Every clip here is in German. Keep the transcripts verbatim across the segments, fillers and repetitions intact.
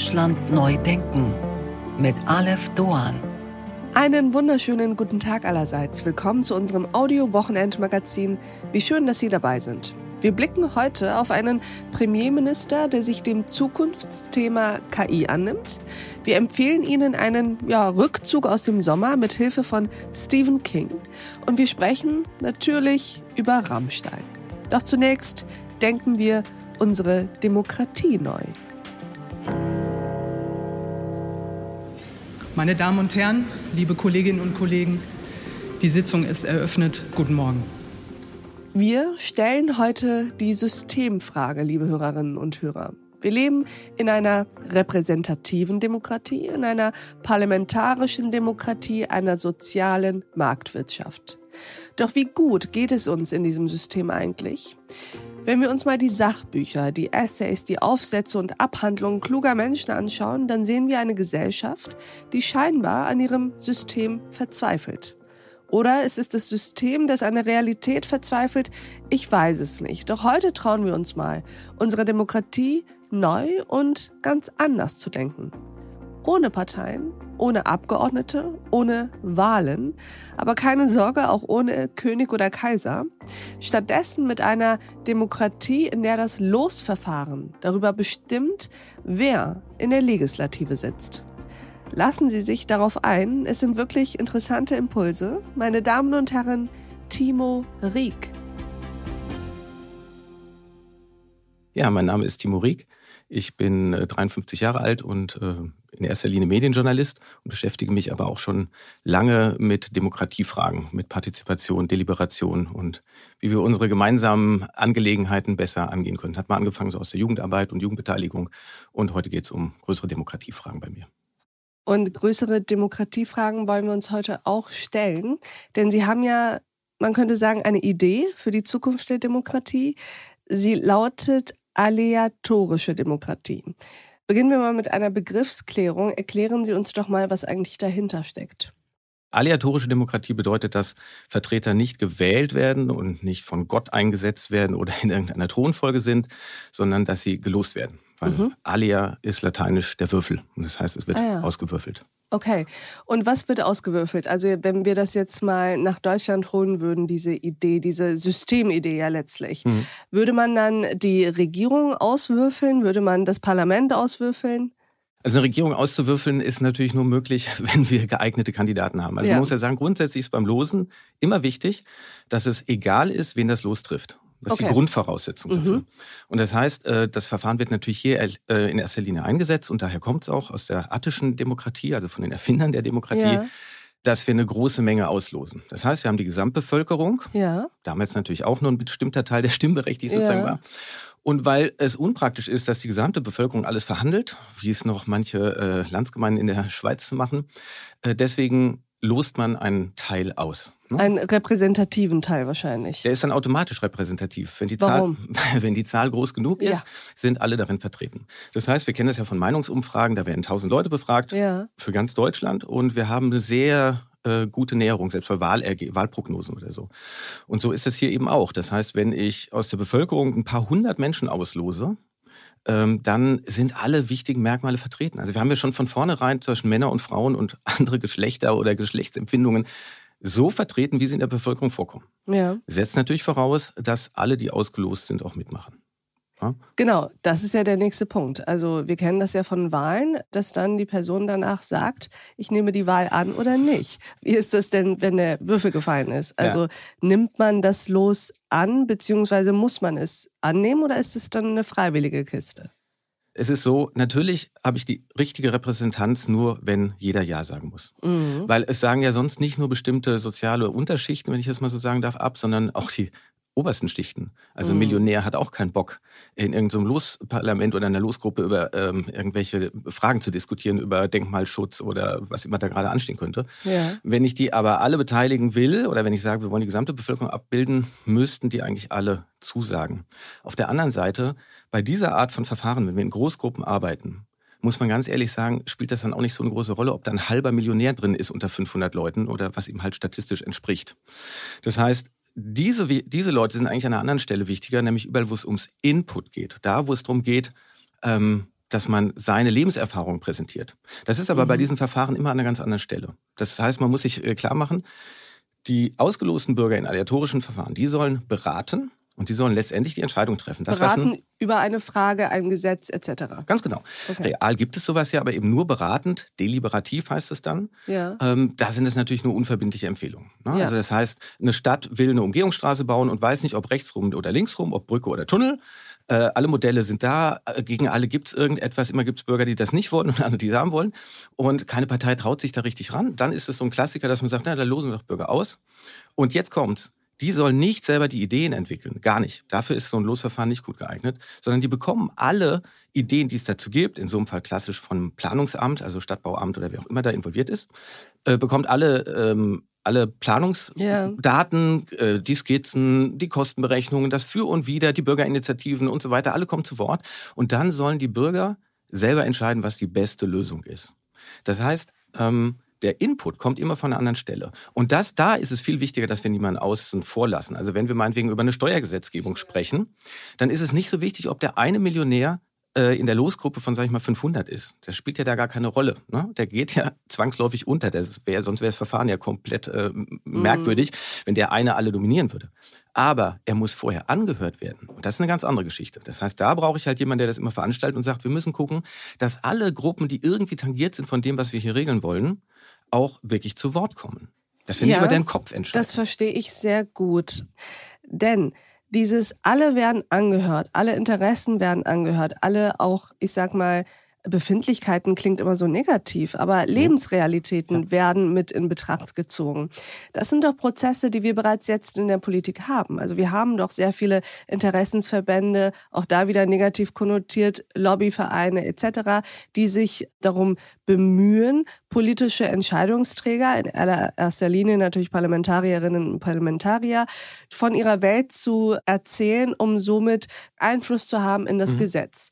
Deutschland neu denken mit Aleph Doan. Einen wunderschönen guten Tag allerseits. Willkommen zu unserem Audio-Wochenend-Magazin. Wie schön, dass Sie dabei sind. Wir blicken heute auf einen Premierminister, der sich dem Zukunftsthema K I annimmt. Wir empfehlen Ihnen einen ja, Rückzug aus dem Sommer mit Hilfe von Stephen King. Und wir sprechen natürlich über Rammstein. Doch zunächst denken wir unsere Demokratie neu. Meine Damen und Herren, liebe Kolleginnen und Kollegen, die Sitzung ist eröffnet. Guten Morgen. Wir stellen heute die Systemfrage, liebe Hörerinnen und Hörer. Wir leben in einer repräsentativen Demokratie, in einer parlamentarischen Demokratie, einer sozialen Marktwirtschaft. Doch wie gut geht es uns in diesem System eigentlich? Wenn wir uns mal die Sachbücher, die Essays, die Aufsätze und Abhandlungen kluger Menschen anschauen, dann sehen wir eine Gesellschaft, die scheinbar an ihrem System verzweifelt. Oder ist es das System, das an der Realität verzweifelt? Ich weiß es nicht. Doch heute trauen wir uns mal, unsere Demokratie neu und ganz anders zu denken. Ohne Parteien, ohne Abgeordnete, ohne Wahlen, aber keine Sorge, auch ohne König oder Kaiser. Stattdessen mit einer Demokratie, in der das Losverfahren darüber bestimmt, wer in der Legislative sitzt. Lassen Sie sich darauf ein, es sind wirklich interessante Impulse. Meine Damen und Herren, Timo Rieck. Ja, mein Name ist Timo Rieck. Ich bin dreiundfünfzig Jahre alt und äh, in erster Linie Medienjournalist und beschäftige mich aber auch schon lange mit Demokratiefragen, mit Partizipation, Deliberation und wie wir unsere gemeinsamen Angelegenheiten besser angehen können. Hat mal angefangen so aus der Jugendarbeit und Jugendbeteiligung und heute geht es um größere Demokratiefragen bei mir. Und größere Demokratiefragen wollen wir uns heute auch stellen, denn Sie haben ja, man könnte sagen, eine Idee für die Zukunft der Demokratie. Sie lautet aleatorische Demokratie. Beginnen wir mal mit einer Begriffsklärung. Erklären Sie uns doch mal, was eigentlich dahinter steckt. Aleatorische Demokratie bedeutet, dass Vertreter nicht gewählt werden und nicht von Gott eingesetzt werden oder in irgendeiner Thronfolge sind, sondern dass sie gelost werden. Weil mhm. Alea ist lateinisch der Würfel und das heißt, es wird ah, ja. ausgewürfelt. Okay. Und was wird ausgewürfelt? Also wenn wir das jetzt mal nach Deutschland holen würden, diese Idee, diese Systemidee ja letztlich, mhm. würde man dann die Regierung auswürfeln? Würde man das Parlament auswürfeln? Also eine Regierung auszuwürfeln ist natürlich nur möglich, wenn wir geeignete Kandidaten haben. Also ja. man muss ja sagen, grundsätzlich ist beim Losen immer wichtig, dass es egal ist, wen das Los trifft. Das ist okay. die Grundvoraussetzung dafür. Mhm. Und das heißt, das Verfahren wird natürlich hier in erster Linie eingesetzt und daher kommt es auch aus der attischen Demokratie, also von den Erfindern der Demokratie, ja. dass wir eine große Menge auslosen. Das heißt, wir haben die Gesamtbevölkerung, ja. damals natürlich auch nur ein bestimmter Teil der stimmberechtigt sozusagen ja. war. Und weil es unpraktisch ist, dass die gesamte Bevölkerung alles verhandelt, wie es noch manche äh, Landsgemeinden in der Schweiz machen, äh, deswegen lost man einen Teil aus. Ne? Einen repräsentativen Teil wahrscheinlich. Der ist dann automatisch repräsentativ. Wenn die Zahl, wenn die Zahl groß genug ist, ja. sind alle darin vertreten. Das heißt, wir kennen das ja von Meinungsumfragen, da werden tausend Leute befragt ja. für ganz Deutschland und wir haben eine sehr äh, gute Näherung, selbst bei Wahlerge- Wahlprognosen oder so. Und so ist es hier eben auch. Das heißt, wenn ich aus der Bevölkerung ein paar hundert Menschen auslose, ähm, dann sind alle wichtigen Merkmale vertreten. Also wir haben ja schon von vornherein zwischen Männer und Frauen und andere Geschlechter oder Geschlechtsempfindungen so vertreten, wie sie in der Bevölkerung vorkommen. Ja. Setzt natürlich voraus, dass alle, die ausgelost sind, auch mitmachen. Ja? Genau, das ist ja der nächste Punkt. Also wir kennen das ja von Wahlen, dass dann die Person danach sagt, ich nehme die Wahl an oder nicht. Wie ist das denn, wenn der Würfel gefallen ist? Also ja. nimmt man das Los an, beziehungsweise muss man es annehmen oder ist es dann eine freiwillige Kiste? Es ist so, natürlich habe ich die richtige Repräsentanz nur, wenn jeder Ja sagen muss. Mhm. Weil es sagen ja sonst nicht nur bestimmte soziale Unterschichten, wenn ich das mal so sagen darf, ab, sondern auch die obersten Schichten. Also ein Millionär hat auch keinen Bock, in irgendeinem Losparlament oder einer Losgruppe über ähm, irgendwelche Fragen zu diskutieren, über Denkmalschutz oder was immer da gerade anstehen könnte. Ja. Wenn ich die aber alle beteiligen will oder wenn ich sage, wir wollen die gesamte Bevölkerung abbilden, müssten die eigentlich alle zusagen. Auf der anderen Seite, bei dieser Art von Verfahren, wenn wir in Großgruppen arbeiten, muss man ganz ehrlich sagen, spielt das dann auch nicht so eine große Rolle, ob da ein halber Millionär drin ist unter fünfhundert Leuten oder was ihm halt statistisch entspricht. Das heißt, Diese, diese Leute sind eigentlich an einer anderen Stelle wichtiger, nämlich überall, wo es ums Input geht. Da, wo es darum geht, ähm, dass man seine Lebenserfahrung präsentiert. Das ist aber mhm. bei diesen Verfahren immer an einer ganz anderen Stelle. Das heißt, man muss sich klar machen, die ausgelosten Bürger in aleatorischen Verfahren, die sollen beraten und die sollen letztendlich die Entscheidung treffen. Das, beraten ein, über eine Frage, ein Gesetz et cetera. Ganz genau. Okay. Real gibt es sowas ja, aber eben nur beratend, deliberativ heißt es dann. Ja. Ähm, da sind es natürlich nur unverbindliche Empfehlungen. Ne? Ja. Also das heißt, eine Stadt will eine Umgehungsstraße bauen und weiß nicht, ob rechtsrum oder linksrum, ob Brücke oder Tunnel. Äh, alle Modelle sind da, gegen alle gibt es irgendetwas. Immer gibt es Bürger, die das nicht wollen und andere, die das haben wollen. Und keine Partei traut sich da richtig ran. Dann ist es so ein Klassiker, dass man sagt, na, da losen wir doch Bürger aus. Und jetzt kommt's. Die sollen nicht selber die Ideen entwickeln, gar nicht. Dafür ist so ein Losverfahren nicht gut geeignet, sondern die bekommen alle Ideen, die es dazu gibt, in so einem Fall klassisch vom Planungsamt, also Stadtbauamt oder wer auch immer da involviert ist, äh, bekommt alle, ähm, alle Planungsdaten, ja. äh, die Skizzen, die Kostenberechnungen, das Für und Wider, die Bürgerinitiativen und so weiter, alle kommen zu Wort. Und dann sollen die Bürger selber entscheiden, was die beste Lösung ist. Das heißt, ähm, der Input kommt immer von einer anderen Stelle. Und das, da ist es viel wichtiger, dass wir niemanden außen vor lassen. Also wenn wir meinetwegen über eine Steuergesetzgebung sprechen, dann ist es nicht so wichtig, ob der eine Millionär äh, in der Losgruppe von, sag ich mal, fünfhundert ist. Das spielt ja da gar keine Rolle. Ne? Der geht ja zwangsläufig unter. Das wär, sonst wäre das Verfahren ja komplett äh, merkwürdig, mm. wenn der eine alle dominieren würde. Aber er muss vorher angehört werden. Und das ist eine ganz andere Geschichte. Das heißt, da brauche ich halt jemanden, der das immer veranstaltet und sagt, wir müssen gucken, dass alle Gruppen, die irgendwie tangiert sind von dem, was wir hier regeln wollen, auch wirklich zu Wort kommen. Dass wir ja, nicht über deren Kopf entscheiden. Das verstehe ich sehr gut. Denn dieses alle werden angehört, alle Interessen werden angehört, alle auch, ich sag mal, Befindlichkeiten klingt immer so negativ, aber Lebensrealitäten ja. werden mit in Betracht gezogen. Das sind doch Prozesse, die wir bereits jetzt in der Politik haben. Also wir haben doch sehr viele Interessensverbände, auch da wieder negativ konnotiert, Lobbyvereine et cetera, die sich darum bemühen, politische Entscheidungsträger, in allererster Linie natürlich Parlamentarierinnen und Parlamentarier, von ihrer Welt zu erzählen, um somit Einfluss zu haben in das mhm. Gesetz.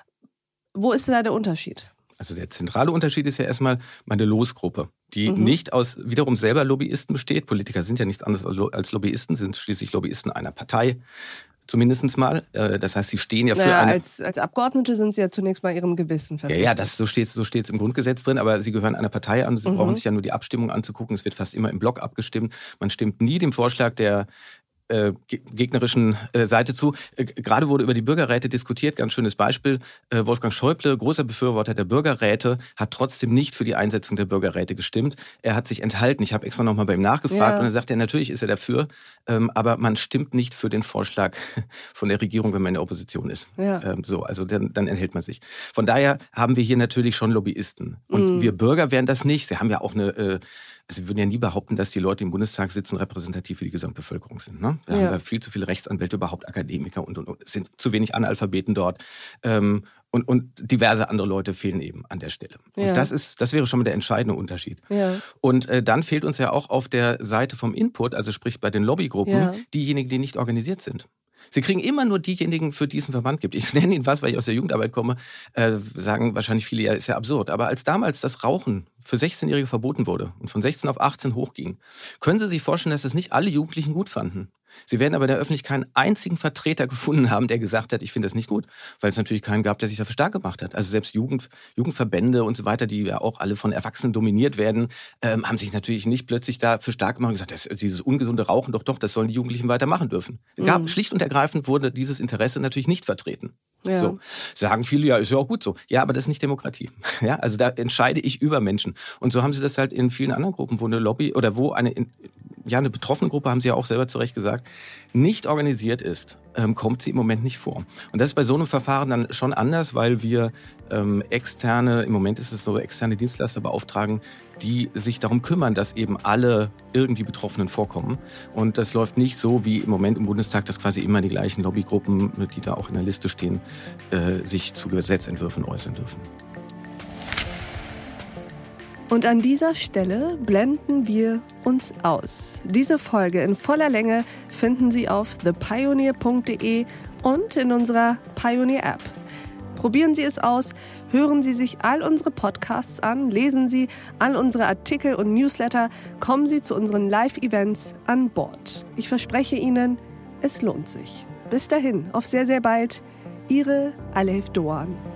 Wo ist da der Unterschied? Also der zentrale Unterschied ist ja erstmal meine Losgruppe, die mhm. nicht aus wiederum selber Lobbyisten besteht. Politiker sind ja nichts anderes als Lobbyisten, sind schließlich Lobbyisten einer Partei, zumindest mal. Das heißt, sie stehen ja für naja, eine... Als, als Abgeordnete sind sie ja zunächst mal ihrem Gewissen verpflichtet. Ja, ja, das, so steht es so steht's im Grundgesetz drin, aber sie gehören einer Partei an. Sie mhm. brauchen sich ja nur die Abstimmung anzugucken. Es wird fast immer im Block abgestimmt. Man stimmt nie dem Vorschlag der Äh, gegnerischen äh, Seite zu. Äh, gerade wurde über die Bürgerräte diskutiert, ganz schönes Beispiel. Äh, Wolfgang Schäuble, großer Befürworter der Bürgerräte, hat trotzdem nicht für die Einsetzung der Bürgerräte gestimmt. Er hat sich enthalten. Ich habe extra nochmal bei ihm nachgefragt ja. und er sagt, ja, natürlich ist er dafür, ähm, aber man stimmt nicht für den Vorschlag von der Regierung, wenn man in der Opposition ist. Ja. Ähm, so, also dann, dann enthält man sich. Von daher haben wir hier natürlich schon Lobbyisten. Und mhm. wir Bürger wären das nicht. Sie haben ja auch eine... Äh, Also wir würden ja nie behaupten, dass die Leute, die im Bundestag sitzen, repräsentativ für die Gesamtbevölkerung sind. Ne? Wir ja. haben ja viel zu viele Rechtsanwälte, überhaupt Akademiker und, und, und es sind zu wenig Analphabeten dort. Ähm, und, und diverse andere Leute fehlen eben an der Stelle. Ja. Und das ist, das wäre schon mal der entscheidende Unterschied. Ja. Und äh, dann fehlt uns ja auch auf der Seite vom Input, also sprich bei den Lobbygruppen, ja. diejenigen, die nicht organisiert sind. Sie kriegen immer nur diejenigen, für die es einen Verband gibt. Ich nenne Ihnen was, weil ich aus der Jugendarbeit komme, äh, sagen wahrscheinlich viele, ja, ist ja absurd. Aber als damals das Rauchen für sechzehnjährige verboten wurde und von sechzehn auf achtzehn hochging, können Sie sich vorstellen, dass das nicht alle Jugendlichen gut fanden. Sie werden aber in der Öffentlichkeit keinen einzigen Vertreter gefunden haben, der gesagt hat, ich finde das nicht gut, weil es natürlich keinen gab, der sich dafür stark gemacht hat. Also selbst Jugend, Jugendverbände und so weiter, die ja auch alle von Erwachsenen dominiert werden, ähm, haben sich natürlich nicht plötzlich dafür stark gemacht und gesagt, das, dieses ungesunde Rauchen, doch, doch, das sollen die Jugendlichen weitermachen dürfen. Mhm. Gab, schlicht und ergreifend wurde dieses Interesse natürlich nicht vertreten. Ja. So. Sagen viele, ja, ist ja auch gut so. Ja, aber das ist nicht Demokratie. Ja, also da entscheide ich über Menschen. Und so haben sie das halt in vielen anderen Gruppen, wo eine Lobby oder wo eine, ja, eine betroffene Gruppe, haben sie ja auch selber zu Recht gesagt, nicht organisiert ist, ähm, kommt sie im Moment nicht vor. Und das ist bei so einem Verfahren dann schon anders, weil wir ähm, externe, im Moment ist es so, externe Dienstleister beauftragen, die sich darum kümmern, dass eben alle irgendwie Betroffenen vorkommen. Und das läuft nicht so wie im Moment im Bundestag, dass quasi immer die gleichen Lobbygruppen, die da auch in der Liste stehen, äh, sich zu Gesetzentwürfen äußern dürfen. Und an dieser Stelle blenden wir uns aus. Diese Folge in voller Länge finden Sie auf the pioneer punkt de und in unserer Pioneer-App. Probieren Sie es aus, hören Sie sich all unsere Podcasts an, lesen Sie all unsere Artikel und Newsletter, kommen Sie zu unseren Live-Events an Bord. Ich verspreche Ihnen, es lohnt sich. Bis dahin, auf sehr, sehr bald. Ihre Alef Doğan.